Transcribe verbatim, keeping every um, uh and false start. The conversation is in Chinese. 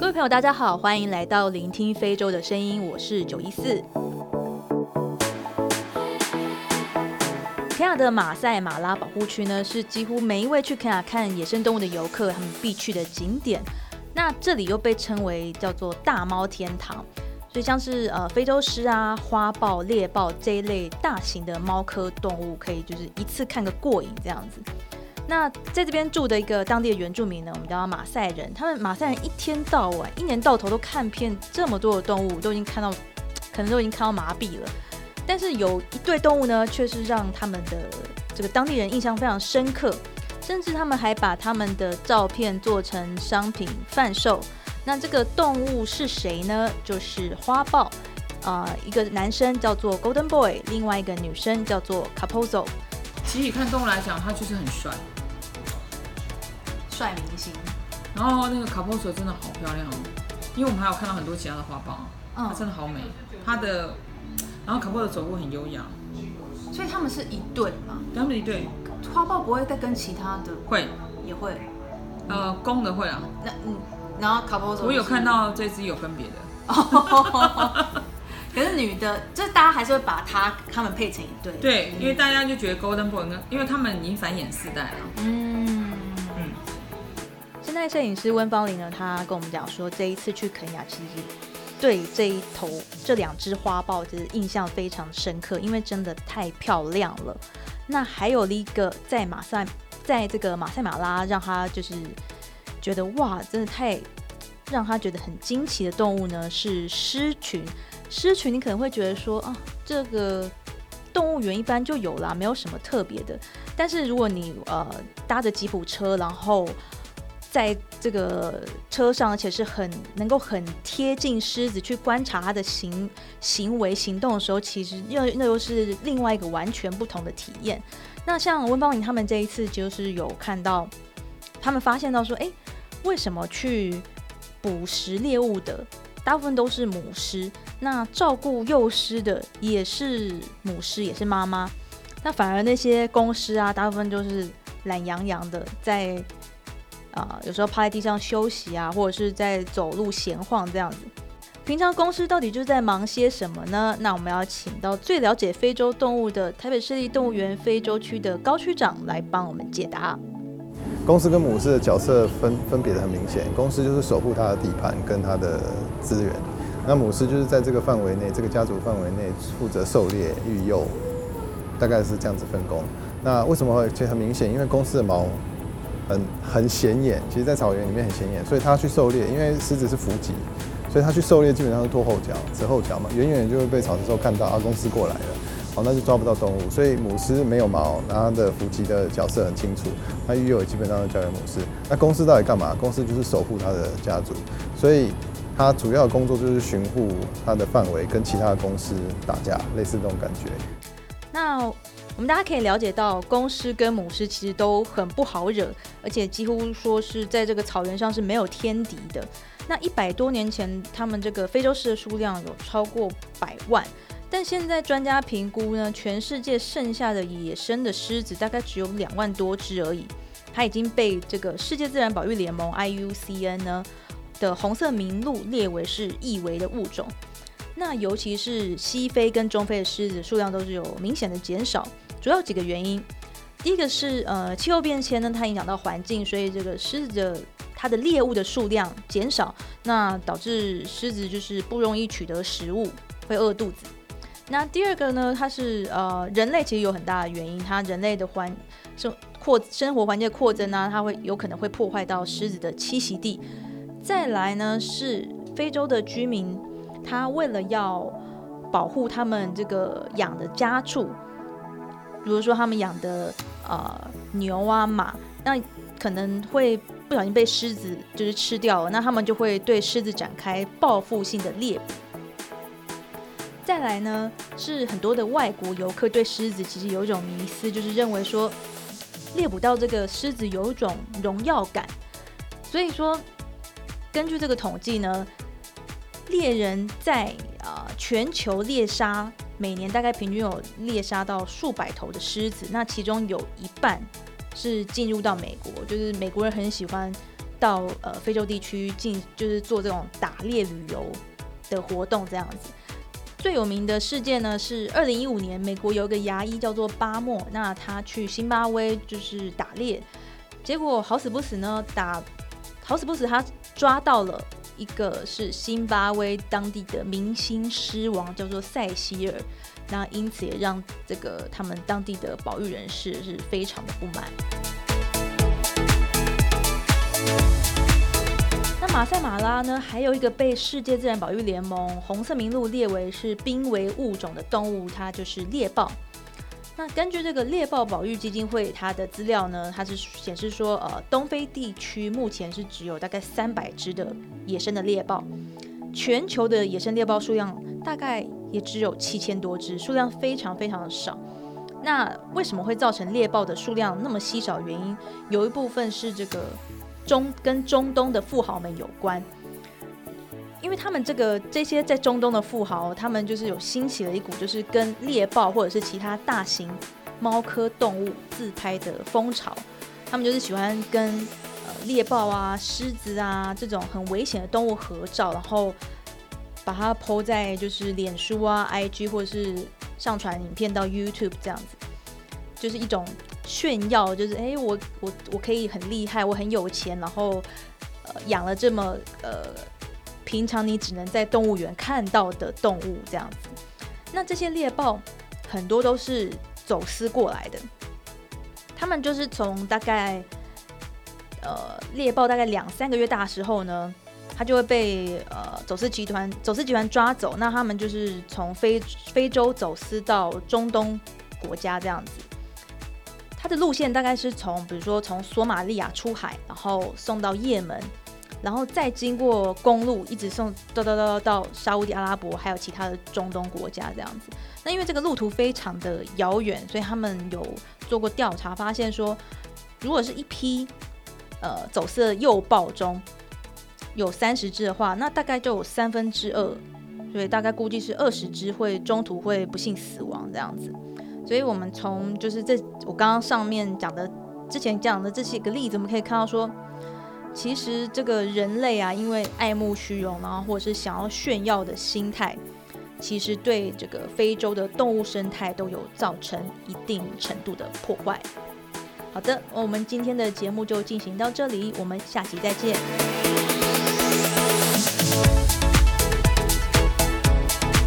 位朋友大家好，欢迎来到聆听非洲的声音，我是九一四。肯亚的马赛马拉保护区呢，是几乎每一位去肯亚看野生动物的游客他们必去的景点。那这里又被称为叫做大猫天堂，所以像是呃非洲狮啊、花豹、猎豹这一类大型的猫科动物，可以就是一次看个过瘾这样子。那在这边住的一个当地的原住民呢，我们叫马赛人，他们马赛人一天到晚、一年到头都看遍这么多的动物，都已经看到，可能都已经看到麻痹了。但是有一对动物呢，却是让他们的这个当地人印象非常深刻，甚至他们还把他们的照片做成商品贩售。那这个动物是谁呢？就是花豹，呃，一个男生叫做 Golden Boy， 另外一个女生叫做 Kaposo。 其实看动物来讲，他就是很帅。 帅明星， 然后那个卡波索真的好漂亮哦，因为我们还有看到很多其他的花豹，它真的好美。它的，然后卡波索走路很优雅， 所以他们是一对吗？ 他们一对。 花豹不会再跟其他的会也会， 呃，公的会啊。 那嗯，然后卡波索、就是、 我有看到这只有分别的， 可是女的，就是大家还是会把它他们配成一对。 对，因为大家就觉得 Golden Boy 跟，因为他们已经繁衍四代了。嗯。 现在摄影师温芳玲呢，他跟我们讲说，这一次去肯亚，其实对这一头这两只花豹就是印象非常深刻，因为真的太漂亮了。那还有一个在马赛，在这个马赛马拉，让他就是觉得哇，真的太让他觉得很惊奇的动物呢，是狮群。狮群你可能会觉得说啊，这个动物园一般就有啦，没有什么特别的。但是如果你呃搭着吉普车，然后在这个车上，而且是很能够很贴近狮子去观察它的行行为行动的时候，其实又那又是另外一个完全不同的体验。那像温芳玲他们这一次就是有看到，他们发现到说，哎，为什么去捕食猎物的大部分都是母狮，那照顾幼狮的也是母狮，也是妈妈，那反而那些公狮啊，大部分就是懒洋洋的在。呃、有时候趴在地上休息啊，或者是在走路闲晃这样子。平常公狮到底就是在忙些什么呢？那我们要请到最了解非洲动物的台北市立动物园非洲区的高区长来帮我们解答。 公狮跟母狮的角色分分别的很明显，公狮就是守护它的地盘跟它的资源，那母狮就是在这个范围内，这个家族范围内负责狩猎、育幼，大概是这样子分工。那为什么会其实很明显？因为公狮的毛很很显眼，其实，在草原里面很显眼，所以他去狩猎，因为狮子是伏击，所以他去狩猎基本上是拖后脚、折后脚嘛，远远就会被草食兽看到，啊，公狮过来了，好，那就抓不到动物。所以母狮没有毛，然后它的伏击的角色很清楚，那育幼也基本上都交给母狮。那公狮到底干嘛？公狮就是守护它的家族，所以它主要的工作就是巡护它的范围，跟其他的公狮打架，类似这种感觉。 那我们大家可以了解到，公狮跟母狮其实都很不好惹，而且几乎说是在这个草原上是没有天敌的。那一百多年前，他们这个非洲狮的数量有超过百万，但现在专家评估呢，全世界剩下的野生的狮子大概只有两万多只而已。它已经被这个世界自然保育联盟 I U C N 呢的红色名录列为是易危的物种。那尤其是西非跟中非的狮子数量都是有明显的减少。主要几个原因，第一个是呃气候变迁呢，它影响到环境，所以这个狮子的它的猎物的数量减少，那导致狮子就是不容易取得食物，会饿肚子。那第二个呢，它是呃人类其实有很大的原因，它人类的环生扩生活环境的扩增啊，它会有可能会破坏到狮子的栖息地。再来呢是非洲的居民，他为了要保护他们这个养的家畜。比如说他们养的呃牛啊马，那可能会不小心被狮子就是吃掉了，那他们就会对狮子展开报复性的猎捕。再来呢，是很多的外国游客对狮子其实有一种迷思，就是认为说猎捕到这个狮子有一种荣耀感，所以说根据这个统计呢，猎人在、呃、全球猎杀。每年大概平均有猎杀到数百头的狮子，那其中有一半是进入到美国，就是美国人很喜欢到呃非洲地区进，就是做这种打猎旅游的活动这样子。最有名的事件呢是二零一五年，美国有一个牙医叫做巴莫，那他去辛巴威就是打猎，结果好死不死呢，打好死不死他抓到了一个是辛巴威当地的明星狮王，叫做塞西尔，那因此也让这个他们当地的保育人士是非常的不满。那马赛马拉呢，还有一个被世界自然保育联盟红色名录列为是濒危物种的动物，它就是猎豹。那根据这个猎豹保育基金会它的资料呢，它是显示说，呃，东非地区目前是只有大概三百只的野生的猎豹，全球的野生猎豹数量大概也只有七千多只，数量非常非常的少。那为什么会造成猎豹的数量那么稀少？原因有一部分是这个中跟中东的富豪们有关。因为他们这个这些在中东的富豪，他们就是有兴起了一股就是跟猎豹或者是其他大型猫科动物自拍的风潮，他们就是喜欢跟呃猎豹啊、狮子啊这种很危险的动物合照，然后把它 po 在就是脸书啊、I G 或者是上传影片到 YouTube 这样子，就是一种炫耀，就是哎我我我可以很厉害，我很有钱，然后呃养了这么呃。平常你只能在动物园看到的动物这样子。那这些猎豹很多都是走私过来的，他们就是从大概呃猎豹大概两三个月大的时候呢，它就会被呃走私集团走私集团抓走，那他们就是从非非洲走私到中东国家这样子。它的路线大概是从比如说从索马利亚出海，然后送到也门，然后再经过公路一直送到到到到沙烏地阿拉伯还有其他的中东国家这样子。那因为这个路途非常的遥远，所以他们有做过调查，发现说如果是一批呃走私的幼豹中有三十只的话，那大概就有三分之二，所以大概估计是二十只会中途会不幸死亡这样子。所以我们从就是这我刚刚上面讲的之前讲的这些个例子，我们可以看到说，其实这个人类啊，因为爱慕虚荣，然后或者是想要炫耀的心态，其实对这个非洲的动物生态都有造成一定程度的破坏。好的，我们今天的节目就进行到这里，我们下期再见。